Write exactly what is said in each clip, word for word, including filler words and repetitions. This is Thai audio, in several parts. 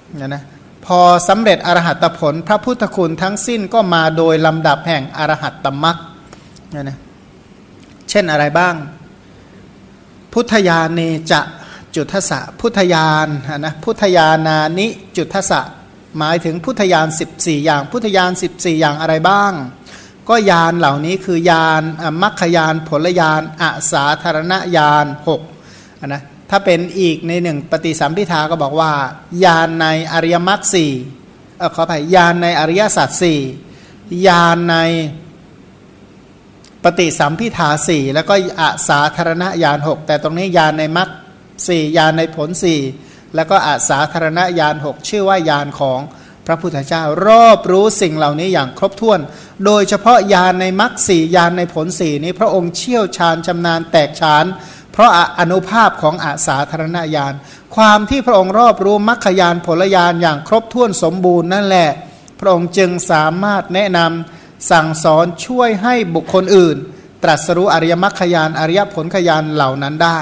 นะนะพอสำเร็จอรหัตผลพระพุทธคุณทั้งสิ้นก็มาโดยลำดับแห่งอรหัตตมรรคนะนะเช่นอะไรบ้างพุทธญาเนจะจุทสะพุทธญาณนะพุทธญานานิจุทสะหมายถึงพุทธญาณสิบสี่อย่างพุทธญาณสิบสี่อย่างอะไรบ้างก็ญาณเหล่านี้คือญาณมัคคญาณผลญาณอสาธารณญาณหกนะถ้าเป็นอีกในหนึ่งปฏิสัมภิทาก็บอกว่าญาณในอริยมรรคสี่เออขออภัยญาณในอริยสัจสี่ญาณในปฏิสัมภิทาสี่แล้วก็อสาธารณญาณหกแต่ตรงนี้ญาณในมรรคสี่ญาณในผลสี่แล้วก็อสาธารณญาณหกชื่อว่าญาณของพระพุทธเจ้ารอบรู้สิ่งเหล่านี้อย่างครบถ้วนโดยเฉพาะญาณในมรรคสี่ญาณในผลสี่นี้พระองค์เชี่ยวชาญชำนาญแตกฉานเพราะอนุภาพของอสาธารณญาณความที่พระองค์รอบรู้มรรคญาณผลญาณอย่างครบถ้วนสมบูรณ์นั่นแหละพระองค์จึงสามารถแนะนำสั่งสอนช่วยให้บุคคลอื่นตรัสรู้อริยมรรคญาณอริยผลญาณเหล่านั้นได้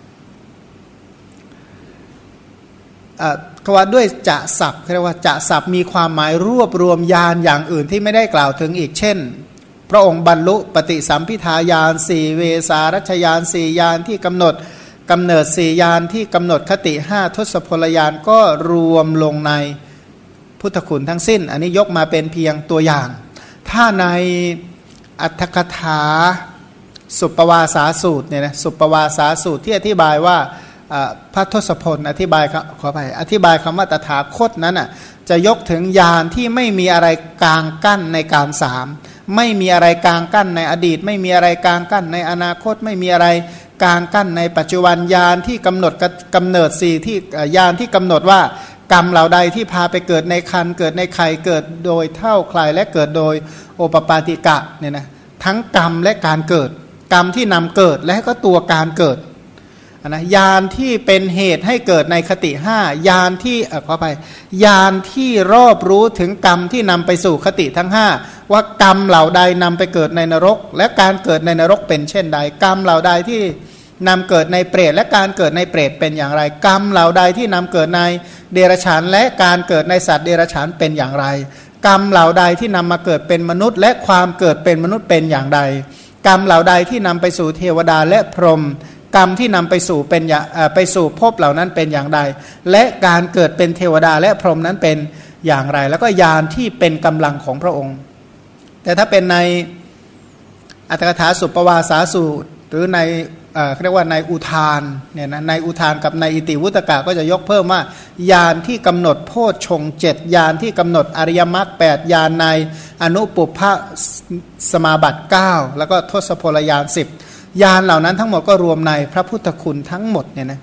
คำว่าด้วยจะศัพท์เรียกว่าจะศัพท์มีความหมายรวบรวมญาณอย่างอื่นที่ไม่ได้กล่าวถึงอีกเช่นพระองค์บรรลุปฏิสัมภิทาญาณสี่เวสารัชญาณสี่ญาณที่กำหนดกำเนิดสี่ญาณที่กำหนดคติห้าทศพลญาณก็รวมลงในพุทธคุณทั้งสิ้นอันนี้ยกมาเป็นเพียงตัวอย่างถ้าในอัตถกถาสุปวาสาสูตรเนี่ยนะสุปวาสาสูตรที่อธิบายว่าพระทศพลอธิบายขอไปอธิบายคำว่าตถาคตนั้นอ่ะจะยกถึงญาณที่ไม่มีอะไรกลางกั้นในการสามไม่มีอะไรกลางกั้นในอดีตไม่มีอะไรกลางกั้นในอนาคตไม่มีอะไรกลางกั้นในปัจจุบันญาณที่กำหนดกำเนิดสี่ที่ญาณที่กำหนดว่ากรรมเหล่าใดที่พาไปเกิดในครรภ์เกิดในไข่เกิดโดยเท่าใครและเกิดโดยโอปปาติกะเนี่ยนะทั้งกรรมและการเกิดกรรมที่นำเกิดและก็ตัวการเกิดนะญาณที่เป็นเหตุให้เกิดในคติห้าญาณที่เออขอไปญาณที่รอบรู้ถึงกรรมที่นำไปสู่คติทั้งห้าว่ากรรมเหล่าใดนำไปเกิดในนรกและการเกิดในนรกเป็นเช่นใดกรรมเหล่าใดที่นำเกิดในเปรตและการเกิดในเปรตเป็นอย่างไรกรรมเหล่าใดที่นำเกิดในเดรัจฉานและการเกิดในสัตว์เดรัจฉานเป็นอย่างไรกรรมเหล่าใดที่นำมาเกิดเป็นมนุษย์และความเกิดเป็นมนุษย์เป็นอย่างใดกรรมเหล่าใดที่นำไปสู่เทวดาและพรหมกรรมที่นำไปสู่เป็นไปสู่ภพเหล่านั้นเป็นอย่างใดและการเกิดเป็นเทวดาและพรหมนั้นเป็นอย่างไรแล้วก็ญาณที่เป็นกำลังของพระองค์แต่ถ้าเป็นในอัตถกถาสุปวาสาสูตรหรือในเอ่อเรียกว่าในอุทานเนี่ยนะในอุทานกับในอิติวุตกะก็จะยกเพิ่มว่าญาณที่กำหนดโพชฌงค์เจ็ดญาณที่กำหนดอริยมรรคแปดญาณในอนุปุพพสมาบัติเก้าแล้วก็ทศพลญาณสิบญาณเหล่านั้นทั้งหมดก็รวมในพระพุทธคุณทั้งหมดเนี่ยนะ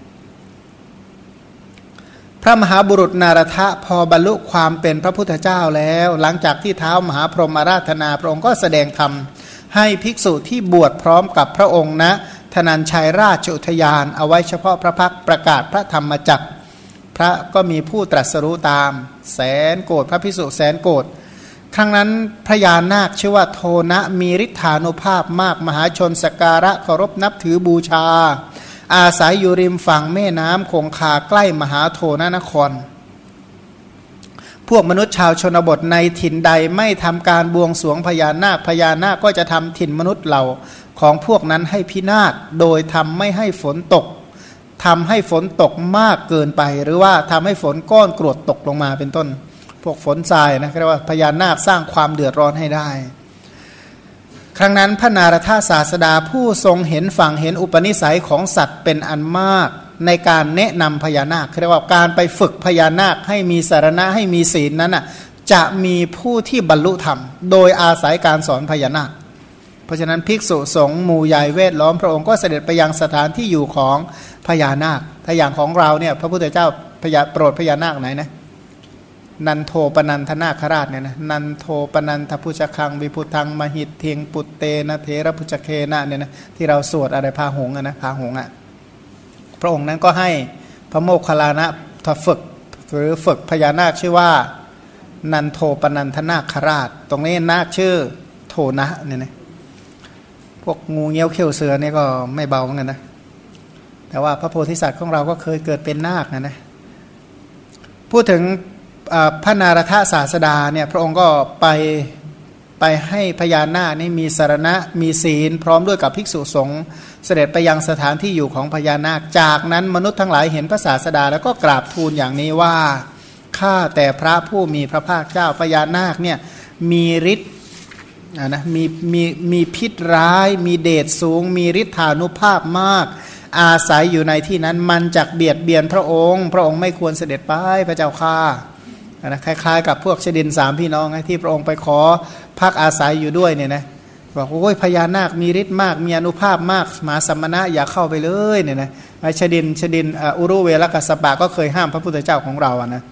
พระมหาบุรุษนารถะพอบรรลุความเป็นพระพุทธเจ้าแล้วหลังจากที่เท้ามหาพรหมอาราธนาพระองค์ก็แสดงธรรมให้ภิกษุที่บวชพร้อมกับพระองค์นะธนัญชัยราชอุทยานเอาไว้เฉพาะพระพักตร์ประกาศพระธรรมจักรพระก็มีผู้ตรัสรู้ตามแสนโกรธพระภิกษุแสนโกรธครั้งนั้นพระยานาคชื่อว่าโทนะมีฤทธานุภาพมากมหาชนสักการะเคารพนับถือบูชาอาศัยอยู่ริมฝั่งแม่น้ำคงคาใกล้มหาโทนะนครพวกมนุษย์ชาวชนบทในถิ่นใดไม่ทำการบวงสรวงพญานาคพญานาคก็จะทำถิ่นมนุษย์เหล่าของพวกนั้นให้พินาศโดยทำไม่ให้ฝนตกทำให้ฝนตกมากเกินไปหรือว่าทำให้ฝนก้อนกรวดตกลงมาเป็นต้นพวกฝนทรายนะเรียกว่าพญานาคสร้างความเดือดร้อนให้ได้ครั้งนั้นพระนารถศาสดาผู้ทรงเห็นฝั่งเห็นอุปนิสัยของสัตว์เป็นอันมากในการแนะนำพญานาคเรียกว่าการไปฝึกพญานาคให้มีสารณะให้มีศีลนั้นน่ะจะมีผู้ที่บรรลุธรรมโดยอาศัยการสอนพญานาคเพราะฉะนั้นภิกษุสงฆ์หมู่ใหญ่เวทล้อมพระองค์ก็เสด็จไปยังสถานที่อยู่ของพญานาคถ้าอย่างของเราเนี่ยพระพุทธเจ้าพญาโปรดพญานาคไหนนะนันโทปนันทนาคราชเนี่ยนะนันโทปนันทพุชคังวิพุทังมหิตเทียงปุตเตนะเทระพุชเคนะเนี่ยนะที่เราสวดอะไรพาหงอ่ะนะพาหงอ่ะพระองค์นั้นก็ให้พระโมคคัลลานะฝึกหรือฝึกพญานาคชื่อว่านันโทปนันทนาคราชตรงนี้นาคชื่อโทนะเนี่ยนะพวกงูเงี้ยวเขี้ยวเสือเนี่ยก็ไม่เบาเหมือนกันนะแต่ว่าพระโพธิสัตว์ของเราก็เคยเกิดเป็นนาคนะนะพูดถึงพระนารถศาสดาเนี่ยพระองค์ก็ไปไปให้พญานาคนี่มีสรณะมีศีลพร้อมด้วยกับภิกษุสงฆ์เสด็จไปยังสถานที่อยู่ของพญานาคจากนั้นมนุษย์ทั้งหลายเห็นพระศาสดาแล้วก็กราบทูลอย่างนี้ว่าข้าแต่พระผู้มีพระภาคเจ้าพญานาคเนี่ยมีฤทธิ์นะมีมีมีพิษร้ายมีเดชสูงมีฤทธานุภาพมากอาศัยอยู่ในที่นั้นมันจักเบียดเบียนพระองค์พระองค์ไม่ควรเสด็จไปพระเจ้าข้านะคล้ายๆกับพวกชดินสามพี่น้องที่พระองค์ไปขอพักอาศัยอยู่ด้วยเนี่ยนะบอกโอ้ยพญานาคมีฤทธิ์มากมีอนุภาพมากมหาสัมมณะอย่าเข้าไปเลยเนี่ยนะไอ้ชดินชดินอุรุเวลกัสสปะก็เคยห้ามพระพุทธเจ้าของเราอ่ะนะ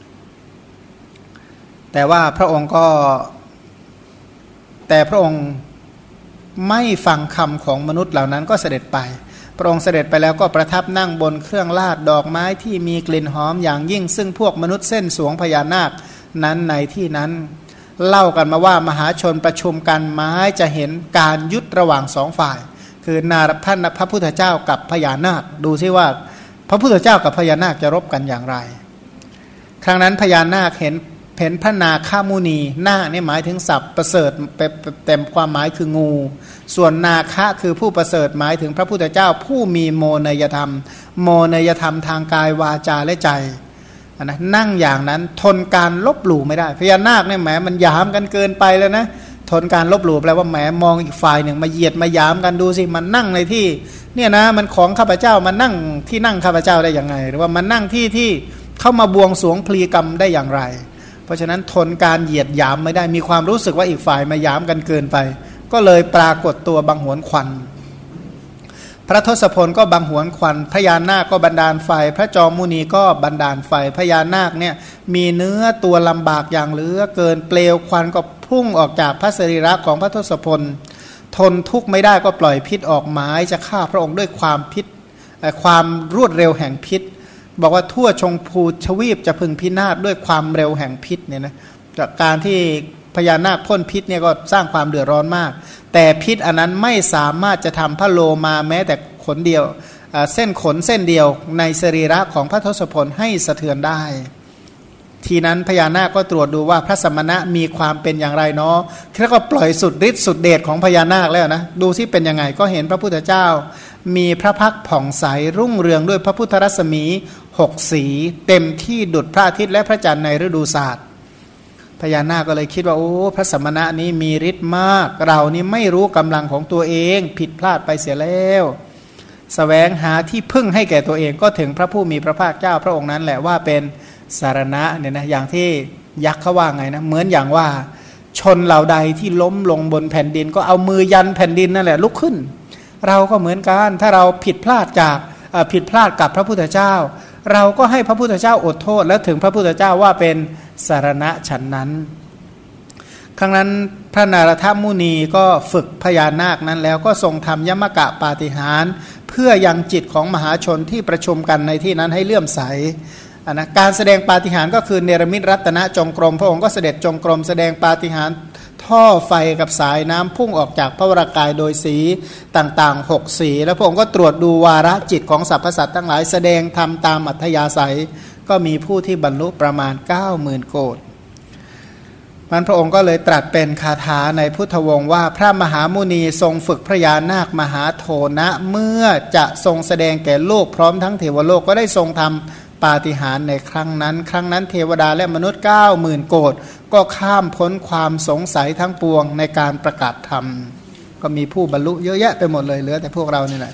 แต่ว่าพระองค์ก็แต่พระองค์ไม่ฟังคำของมนุษย์เหล่านั้นก็เสด็จไปพระองค์เสด็จไปแล้วก็ประทับนั่งบนเครื่องลาดดอกไม้ที่มีกลิ่นหอมอย่างยิ่งซึ่งพวกมนุษย์เส้นสวงพญานาคนั้นในที่นั้นเล่ากันมาว่ามหาชนประชุมกันไม้จะเห็นการยุดระหว่างสองฝ่ายคือนาท่านพระพุทธเจ้ากับพญานาคดูซิว่าพระพุทธเจ้ากับพญานาคจะรบกันอย่างไรครั้งนั้นพญานาคเห็นเห็นพระนาคมุนีนาคนี่หมายถึงศัพท์ประเสริฐเต็มความหมายคืองูส่วนนาคะคือผู้ประเสริฐหมายถึงพระพุทธเจ้าผู้มีโมนยธรรมโมนยธรรมทางกายวาจาและใจนะนั่งอย่างนั้นทนการลบหลู่ไม่ได้พญานาคเนี่ยแหมมันยามกันเกินไปแล้วนะทนการลบหลู่แปลว่าแหมมองอีกฝ่ายหนึ่งมาเหยียดมายามกันดูสิมันนั่งในที่เนี่ยนะมันของข้าพเจ้ามันนั่งที่นั่งข้าพเจ้าได้อย่างไงหรือว่ามันนั่งที่ที่เข้ามาบวงสรวงพลีกรรมได้อย่างไรเพราะฉะนั้นทนการเหยียดหยามไม่ได้มีความรู้สึกว่าอีกฝ่ายมาหยามกันเกินไปก็เลยปรากฏตัวบังหวนควันพระทศพลก็บังหวนควันพญานาคก็บันดาลไฟพระจอมมุนีก็บันดาลไฟพญานาคเนี่ยมีเนื้อตัวลำบากอย่างเหลือเกินเปลวควันก็พุ่งออกจากพระสรีระของพระทศพลทนทุกข์ไม่ได้ก็ปล่อยพิษออกหมายจะฆ่าพระองค์ด้วยความพิษความรวดเร็วแห่งพิษบอกว่าทั่วชงพูชวีปจะพึงพินาศด้วยความเร็วแห่งพิษเนี่ยนะจากการที่พญานาคพ่นพิษเนี่ยก็สร้างความเดือดร้อนมากแต่พิษอันนั้นไม่สามารถจะทำพระโลมาแม้แต่ขนเดียวเส้นขนเส้นเดียวในสรีระของพระทศพลให้สะเทือนได้ทีนั้นพญานาคก็ตรวจดูว่าพระสมณะมีความเป็นอย่างไรเนาะแล้วก็ปล่อยสุดฤทธิ์สุดเดชของพญานาคแล้วนะดูซิเป็นยังไงก็เห็นพระพุทธเจ้ามีพระพักตร์ผ่องใสรุ่งเรืองด้วยพระพุทธรัศมีหกสีเต็มที่ดุจพระอาทิตย์และพระจันทร์ในฤดูศาสตร์พญานาคก็เลยคิดว่าโอ้พระสมณะนี้มีฤทธิ์มากเรานี่ไม่รู้กำลังของตัวเองผิดพลาดไปเสียแล้วแสวงหาที่พึ่งให้แก่ตัวเองก็ถึงพระผู้มีพระภาคเจ้าพระองค์นั้นแหละว่าเป็นสารณะเนี่ยนะอย่างที่ยักษ์เขาว่าไงนะเหมือนอย่างว่าชนเหล่าใดที่ล้มลงบนแผ่นดินก็เอามือยันแผ่นดินนั่นแหละลุกขึ้นเราก็เหมือนกันถ้าเราผิดพลาดจากผิดพลาดกับพระพุทธเจ้าเราก็ให้พระพุทธเจ้าอดโทษและถึงพระพุทธเจ้าว่าเป็นสารณะฉันนั้นครั้งนั้นพระนารถมุนีก็ฝึกพญานาคนั้นแล้วก็ทรงทำยมกะปาฏิหาริย์เพื่อยังจิตของมหาชนที่ประชุมกันในที่นั้นให้เลื่อมใสนะการแสดงปาฏิหาริย์ก็คือเนรมิตรัตนจงกรมพระองค์ก็เสด็จจงกรมแสดงปาฏิหาริย์ท่อไฟกับสายน้ำพุ่งออกจากพระวรากายโดยสีต่างๆหกสีแล้วพระองค์ก็ตรวจดูวาระจิตของสรรพสัตว์ทั้งหลายแสดงธรรมตามอัธยาศัยก็มีผู้ที่บรรลุประมาณ เก้าหมื่น โกฏมันพระองค์ก็เลยตรัสเป็นคาถาในพุทธวงศ์ว่าพระมหามุนีทรงฝึกพระยานาคมหาโทนะเมื่อจะทรงแสดงแก่โลกพร้อมทั้งเทวโลกก็ได้ทรงทำปาฏิหาริย์ในครั้งนั้นครั้งนั้นเทวดาและมนุษย์ เก้าหมื่น โกฏก็ข้ามพ้นความสงสัยทั้งปวงในการประกาศธรรมก็มีผู้บรรลุเยอะแยะไปหมดเลยเหลือแต่พวกเรานี่แหละ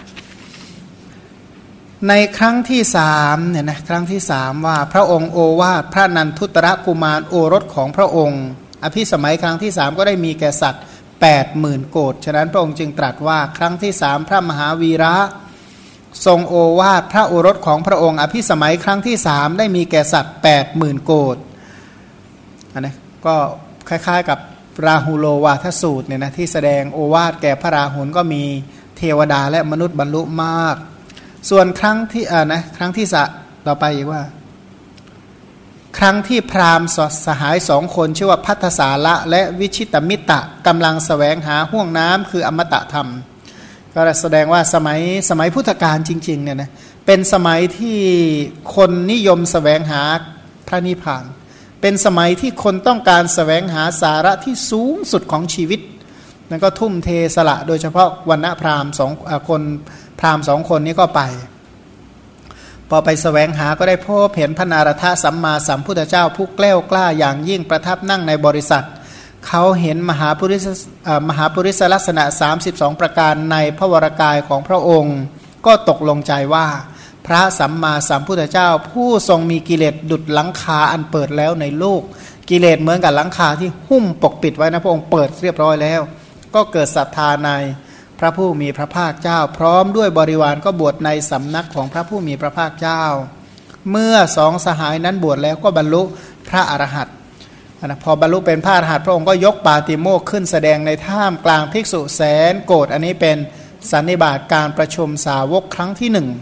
ในครั้งที่สามเนี่ยนะครั้งที่สามว่าพระองค์โอวาทพระนันทุตระกุมารโอรสของพระองค์อภิสมัยครั้งที่สามก็ได้มีแก่สัตว์ แปดหมื่น โกฏฉะนั้นพระองค์จึงตรัสว่าครั้งที่สามพระมหาวีระทรงโอวาทพระโอรสของพระองค์อภิสมัยครั้งที่สามได้มีแก่สัตว์ แปดหมื่น โกฏอันนี้ก็คล้ายๆกับราหุโลวาทสูตรเนี่ยนะที่แสดงโอวาทแก่พระราหุลก็มีเทวดาและมนุษย์บรรลุมากส่วนครั้งที่อ่านะครั้งที่สะต่อไปอีกว่าครั้งที่พราหมณ์สหายสองคนชื่อว่าพัทธสาละและวิชิตมิตะกำลังแสวงหาห้วงน้ำคืออมตะธรรมก็แสดงว่าสมัยสมัยพุทธกาลจริงๆเนี่ยนะเป็นสมัยที่คนนิยมแสวงหาพระนิพพานเป็นสมัยที่คนต้องการแสวงหาสาระที่สูงสุดของชีวิตนั่นก็ทุ่มเทสละโดยเฉพาะวรรณพราหมณ์สองคนพราหมณ์สองคนนี้ก็ไปพอไปแสวงหาก็ได้พบเห็นพระนารถสัมมาสัมพุทธเจ้าผู้แกล้วกล้าอย่างยิ่งประทับนั่งในบริษัทเขาเห็นมหาปุริสมหาปุริสลักษณะสามสิบสองประการในพระวรกายของพระองค์ก็ตกลงใจว่าพระสัมมาสัมพุทธเจ้าผู้ทรงมีกิเลสดุจหลังคาอันเปิดแล้วในโลกกิเลสเหมือนกับหลังคาที่หุ้มปกปิดไว้นะพระองค์เปิดเรียบร้อยแล้วก็เกิดศรัทธาในพระผู้มีพระภาคเจ้าพร้อมด้วยบริวารก็บวชในสำนักของพระผู้มีพระภาคเจ้าเมื่อสองสหายนั้นบวชแล้วก็บรรลุพระอรหันต์นะพอบรรลุเป็นพระอรหันต์พระองค์ก็ยกปาติโมกข์ขึ้นแสดงในท่ามกลางภิกษุแสนโกรธอันนี้เป็นสันนิบาตการประชุมสาวกครั้งที่หนึ่ง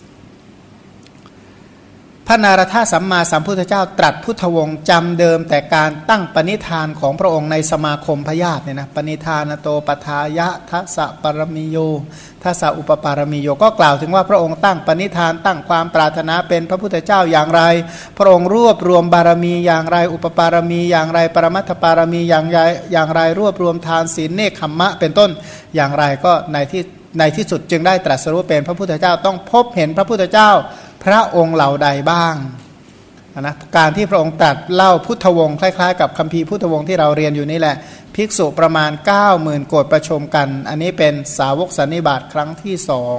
พระนารถสัมมาสัมพุทธเจ้าตรัสพุทธวงศ์จำเดิมแต่การตั้งปณิธานของพระองค์ในสมาคมพญาติเนี่ยนะปณิธานโตปทายะทัสสะปรมิโยทัสสะอุปปารมิโยก็กล่าวถึงว่าพระองค์ตั้งปณิธานตั้งความปรารถนาเป็นพระพุทธเจ้าอย่างไรพระองค์รวบรวมบารมีอย่างไรอุปปารมีอย่างไรปรมัตถปารมีอย่างไรอย่างไรรวบรวมทานศีลเนคขมมะเป็นต้นอย่างไรก็ในที่ในที่สุดจึงได้ตรัสรู้เป็นพระพุทธเจ้าต้องพบเห็นพระพุทธเจ้าพระองค์เหล่าใดบ้างนะการที่พระองค์ตรัสเล่าพุทธวงศ์คล้ายๆกับคัมภีร์พุทธวงศ์ที่เราเรียนอยู่นี่แหละภิกษุประมาณ เก้าหมื่น โกฏประชุมกันอันนี้เป็นสาวกสันนิบาตครั้งที่สอง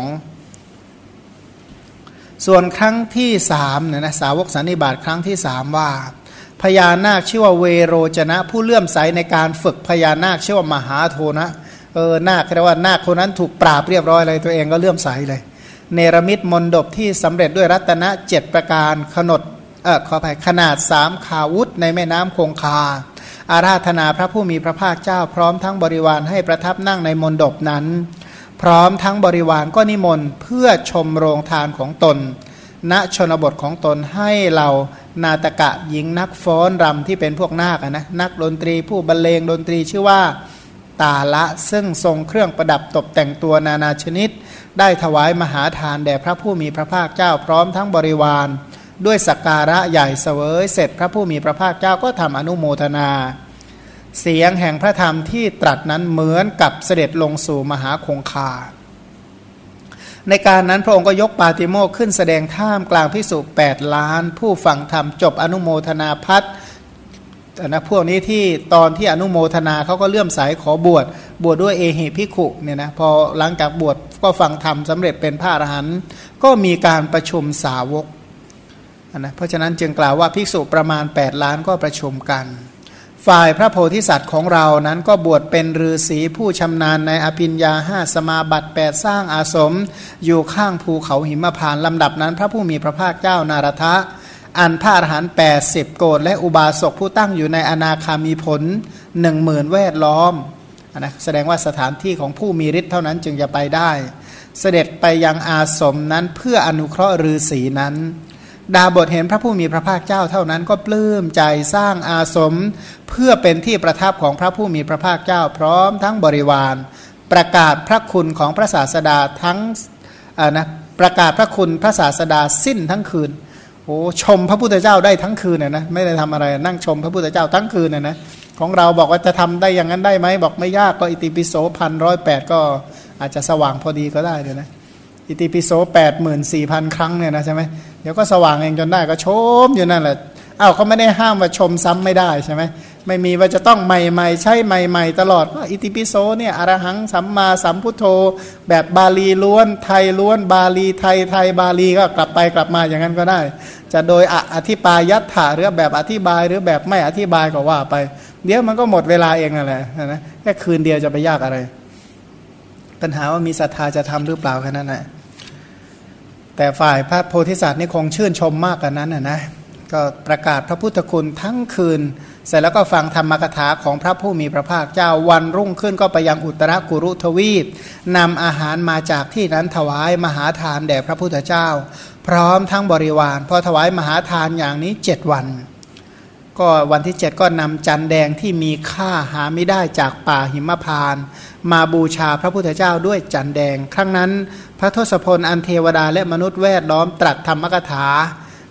ส่วนครั้งที่สามเนี่ยนะสาวกสันนิบาตครั้งที่สามว่าพญานาคชื่อว่าเวโรจนะผู้เลื่อมใสในการฝึกพญานาคชื่อว่ามหาโทนะเออนาคเรียกว่านาคคนนั้นถูกปราบเรียบร้อยเลยตัวเองก็เลื่อมใสเลยเนรมิตมณฑปที่สำเร็จด้วยรัตนะเจ็ดประการขนดเออขออภัยขนาดสามขาวุธในแม่น้ำคงคาอาราธนาพระผู้มีพระภาคเจ้าพร้อมทั้งบริวารให้ประทับนั่งในมณฑปนั้นพร้อมทั้งบริวารก็นิมนต์เพื่อชมโรงทานของตนณชนบทของตนให้เรานาตกะหญิงนักฟ้อนรำที่เป็นพวกนาคนะนักดนตรีผู้บรรเลงดนตรีชื่อว่าตาละซึ่งทรงเครื่องประดับตกแต่งตัวนานาชนิดได้ถวายมหาทานแด่พระผู้มีพระภาคเจ้าพร้อมทั้งบริวารด้วยสักการะใหญ่เสวยเสร็จพระผู้มีพระภาคเจ้าก็ทำอนุโมทนาเสียงแห่งพระธรรมที่ตรัสนั้นเหมือนกับเสด็จลงสู่มหาคงคาในการนั้นพระองค์ก็ยกปาติโมกข์ขึ้นแสดงท่ามกลางภิกษุแปดล้านผู้ฟังธรรมจบอนุโมทนาพัฒนะพวกนี้ที่ตอนที่อนุโมทนาเขาก็เลื่อมใสขอบวชบวชด้วยเอหิภิกขุเนี่ยนะพอหลังจากบวชก็ฟังธรรมสำเร็จเป็นพระอรหันต์ก็มีการประชุมสาวกนะเพราะฉะนั้นจึงกล่าวว่าภิกษุประมาณแปดล้านก็ประชุมกันฝ่ายพระโพธิสัตว์ของเรานั้นก็บวชเป็นฤาษีผู้ชำนาญในอภิญญาห้าสมาบัติแปดสร้างอาสมอยู่ข้างภูเขาหิมพานต์ลำดับนั้นพระผู้มีพระภาคเจ้านารถะอันพระอรหันต์แปดสิบโกฏและอุบาสกผู้ตั้งอยู่ในอนาคามีผลหนึ่งหมื่นแวดล้อมนะแสดงว่าสถานที่ของผู้มีฤทธิ์เท่านั้นจึงจะไปได้เสด็จไปยังอาสมนั้นเพื่ออนุเคราะห์ฤาษีนั้นดาบทเห็นพระผู้มีพระภาคเจ้าเท่านั้นก็ปลื้มใจสร้างอาสมเพื่อเป็นที่ประทับของพระผู้มีพระภาคเจ้าพร้อมทั้งบริวารประกาศพระคุณของพระศาสดาทั้งนะประกาศพระคุณพระศาสดาสิ้นทั้งคืนโอ้ชมพระพุทธเจ้าได้ทั้งคืนน่ะนะไม่ได้ทำอะไรนั่งชมพระพุทธเจ้าทั้งคืนน่ะนะของเราบอกว่าจะทำได้อย่างนั้นได้ไหมบอกไม่ยากก็อิติปิโสพันร้อยแปดก็อาจจะสว่างพอดีก็ได้เลยนะอิติปิโสแปดหมื่นสี่พันครั้งเนี่ยนะใช่ไหมเดี๋ยวก็สว่างเองจนได้ก็ชมอยู่นั่นแหละอ้าวเขาไม่ได้ห้ามว่าชมซ้ำไม่ได้ใช่ไหมไม่มีว่าจะต้องใหม่ๆใช่ใหม่ๆตลอดว่าอิติปิโสเนี่ยอรหังสัมมาสัมพุทโธแบบบาลีล้วนไทยล้วนบาลีไทยไทยบาลีก็กลับไปกลับมาอย่างนั้นก็ได้จะโดยอธิปายัตถะหรือแบบอธิบายหรือแบบไม่อธิบายก็ว่าไปเดี๋ยวมันก็หมดเวลาเองนั่นแหละนะแค่คืนเดียวจะไปยากอะไรปัญหาว่ามีศรัทธาจะทำหรือเปล่าแค่นั้นแหละแต่ฝ่ายพระโพธิสัตว์นี่คงชื่นชมมากกว่านั้นนะนะก็ประกาศพระพุทธคุณทั้งคืนเสร็จแล้วก็ฟังธรรมกถาของพระผู้มีพระภาคเจ้าวันรุ่งขึ้นก็ไปยังอุตรกุรุทวีปนำอาหารมาจากที่นั้นถวายมหาทานแด่พระพุทธเจ้าพร้อมทั้งบริวารพอถวายมหาทานอย่างนี้เจ็ดวันก็วันที่เจ็ดก็นำจันแดงที่มีค่าหาไม่ได้จากป่าหิมพานต์มาบูชาพระพุทธเจ้าด้วยจันแดงครั้งนั้นพระทศพลอันเทวดาและมนุษย์แวดล้อมตรัสธรรมกถา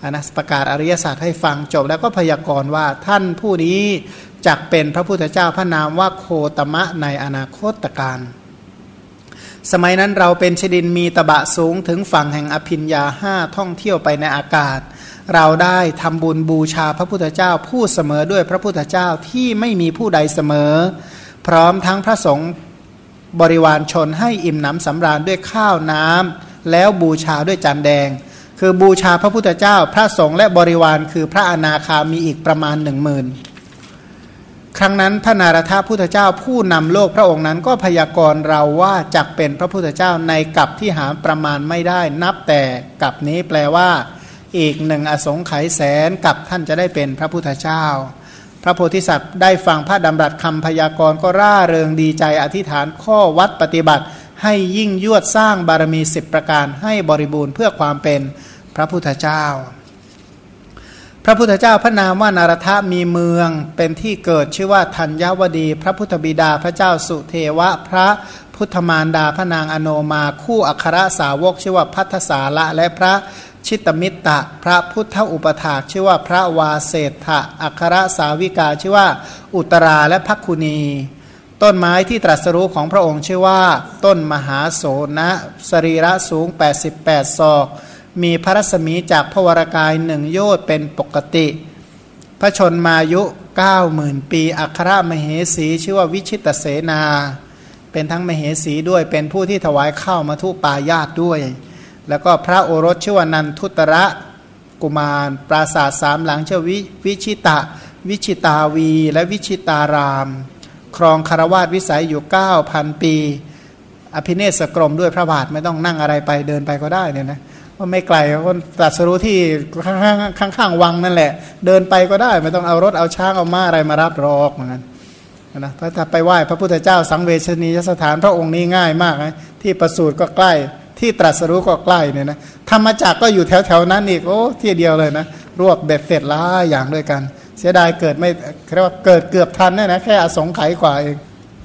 อนัสประกาศอริยสัจให้ฟังจบแล้วก็พยากรณ์ว่าท่านผู้นี้จักเป็นพระพุทธเจ้าพระนามว่าโคตมะในอนาคตการสมัยนั้นเราเป็นชดินมีตบะสูงถึงฝั่งแห่งอภิญญาห้าท่องเที่ยวไปในอากาศเราได้ทำบุญบูชาพระพุทธเจ้าผู้เสมอด้วยพระพุทธเจ้าที่ไม่มีผู้ใดเสมอพร้อมทั้งพระสงฆ์บริวารชนให้อิ่มหนำสำราญด้วยข้าวน้ำแล้วบูชาด้วยจานแดงคือบูชาพระพุทธเจ้าพระสงฆ์และบริวารคือพระอนาคามีอีกประมาณหนึ่งหมื่นครั้งนั้นพระนารถพุทธเจ้าผู้นำโลกพระองค์นั้นก็พยากรณ์เราว่าจักเป็นพระพุทธเจ้าในกัปที่หาประมาณไม่ได้นับแต่กัปนี้แปลว่าอีกหนึ่งอสงไขยแสนกัปท่านจะได้เป็นพระพุทธเจ้าพระโพธิสัตว์ได้ฟังพระดำรัสคำพยากรณ์ก็ร่าเริงดีใจอธิษฐานข้อวัดปฏิบัติให้ยิ่งยวดสร้างบารมีสิบประการให้บริบูรณ์เพื่อความเป็นพระพุทธเจ้าพระพุทธเจ้าพระนามว่านารถะมีเมืองเป็นที่เกิดชื่อว่าธัญญวดีพระพุทธบิดาพระเจ้าสุเทวะพระพุทธมารดาพระนางอโนมาคู่อัครสาวกชื่อว่าพัทธสาละและพระชิตมิตตะพระพุทธอุปถากชื่อว่าพระวาเศษฐะอัครสาวิกาชื่อว่าอุตราและภักคุณีต้นไม้ที่ตรัสรู้ของพระองค์ชื่อว่าต้นมหาโสนะสรีระสูงแปดสิบแปดศอกมีพระรัศมีจากพระวรากายหนึ่งโยชน์เป็นปกติพระชนมายุ เก้าหมื่น ปีอัครมเหสีชื่อว่าวิชิตเสนาเป็นทั้งมเหสีด้วยเป็นผู้ที่ถวายข้าวมัทุปายาตด้วยแล้วก็พระโอรสชื่อว่านันทุตระกุมารปราสาทสามหลังชื่อวิวิชิตะวิชิตาวีและวิชิตารามครองคารวาสวิสัยอยู่ เก้าพัน ปีอภิเนศกรมด้วยพระบาทไม่ต้องนั่งอะไรไปเดินไปก็ได้เนี่ยนะว่าไม่ไกลก็ตรัสรู้ที่ข้างๆข้างๆวังนั่นแหละเดินไปก็ได้ไม่ต้องเอารถเอาช้างเอาม้าอะไรมารับรอกเหมือนกันนะถ้าไปไหว้พระพุทธเจ้าสังเวชนียสถานพระองค์นี้ง่ายมากนะที่ประสูติก็ใกล้ที่ตรัสรู้ก็ใกล้เนี่ยนะธรรมจักรก็อยู่แถวๆนั้นอีกโอ้ที่เดียวเลยนะรวบเบ็ดเสร็จหลายอย่างด้วยกันเสียดายเกิดไม่เรียกว่าเกิดเกือบทันเนี่ยนะแค่อสงไขยกว่าเอง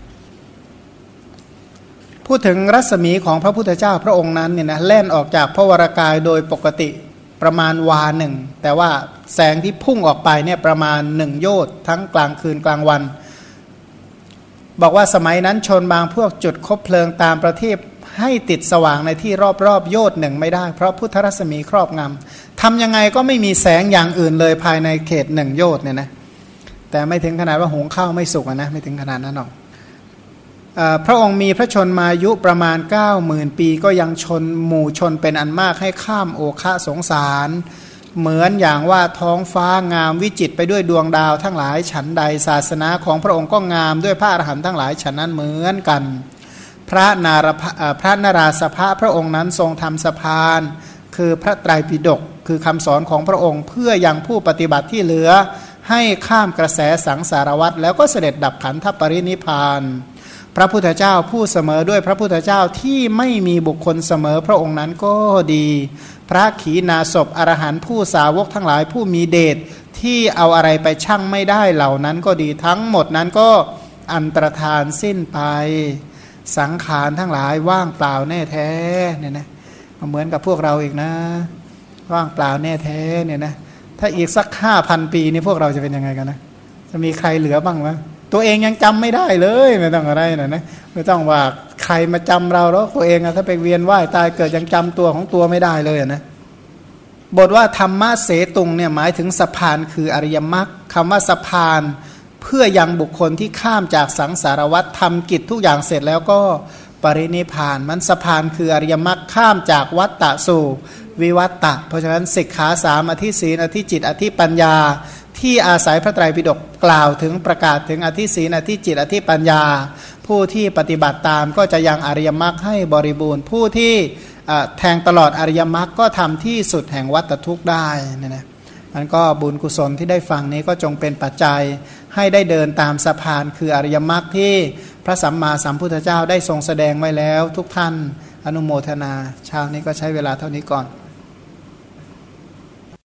พูดถึงรัศมีของพระพุทธเจ้าพระองค์นั้นเนี่ยนะแล่นออกจากพระวรากายโดยปกติประมาณวาหนึ่งแต่ว่าแสงที่พุ่งออกไปเนี่ยประมาณหนึ่งโยชน์ทั้งกลางคืนกลางวันบอกว่าสมัยนั้นชนบางพวกจุดคบเพลิงตามประทีปให้ติดสว่างในที่รอบๆโยชน์หนึ่งไม่ได้เพราะพุทธรัศมีครอบงำทำยังไงก็ไม่มีแสงอย่างอื่นเลยภายในเขตหนึ่งโยชน์เนี่ยนะแต่ไม่ถึงขนาดว่าหุงข้าวไม่สุกนะไม่ถึงขนาดนั้นหรอกพระองค์มีพระชนมายุประมาณ เก้าหมื่น ปีก็ยังชนหมู่ชนเป็นอันมากให้ข้ามโอคะสงสารเหมือนอย่างว่าท้องฟ้างามวิจิตรไปด้วยดวงดาวทั้งหลายฉันใดศาสนาของพระองค์ก็งามด้วยพระอรหันต์ทั้งหลายฉันนั้นเหมือนกันพระนารพระนราสภะพระองค์นั้นทรงทำสะพานคือพระไตรปิฎกคือคำสอนของพระองค์เพื่อยังผู้ปฏิบัติที่เหลือให้ข้ามกระแสสังสารวัฏแล้วก็เสด็จดับขันธปรินิพพานพระพุทธเจ้าผู้เสมอด้วยพระพุทธเจ้าที่ไม่มีบุคคลเสมอพระองค์นั้นก็ดีพระขีณาสพอรหันต์ผู้สาวกทั้งหลายผู้มีเดชที่เอาอะไรไปชั่งไม่ได้เหล่านั้นก็ดีทั้งหมดนั้นก็อันตรธานสิ้นไปสังขารทั้งหลายว่างเปล่าแน่แท้เนี่ยนะเหมือนกับพวกเราอีกนะว่างเปล่าแน่แท้เนี่ยนะถ้าอีกสักห้าพันปีนี่พวกเราจะเป็นยังไงกันนะจะมีใครเหลือบ้างไหมตัวเองยังจำไม่ได้เลยไม่ต้องอะไรนะนะไม่ต้องว่าใครมาจำเราแล้วตัวเองอะถ้าไปเวียนว่ายตายเกิดยังจำตัวของตัวไม่ได้เลยนะบทว่าธรรมะเสตุงเนี่ยหมายถึงสะพานคืออริยมรรคคำว่าสะพานเพื่อยังบุคคลที่ข้ามจากสังสารวัฏทำกิจทุกอย่างเสร็จแล้วก็ปรินิพพานมันสะพานคืออริยมรรคข้ามจากวัฏฏะสู่วิวัฏฏะเพราะฉะนั้นสิกขาสามอธิศีลอธิจิตอธิปัญญาที่อาศัยพระไตรปิฎกกล่าวถึงประกาศถึงอธิศีลอธิจิตอธิปัญญาผู้ที่ปฏิบัติตามก็จะยังอริยมรรคให้บริบูรณ์ผู้ที่แทงตลอดอริยมรรคก็ทำที่สุดแห่งวัฏทุกข์ได้นะนะมันก็บุญกุศลที่ได้ฟังนี้ก็จงเป็นปัจจัยให้ได้เดินตามสะพานคืออริยมรรคที่พระสัมมาสัมพุทธเจ้าได้ทรงแสดงไว้แล้วทุกท่านอนุโมทนาเช้านี้ก็ใช้เวลาเท่านี้ก่อน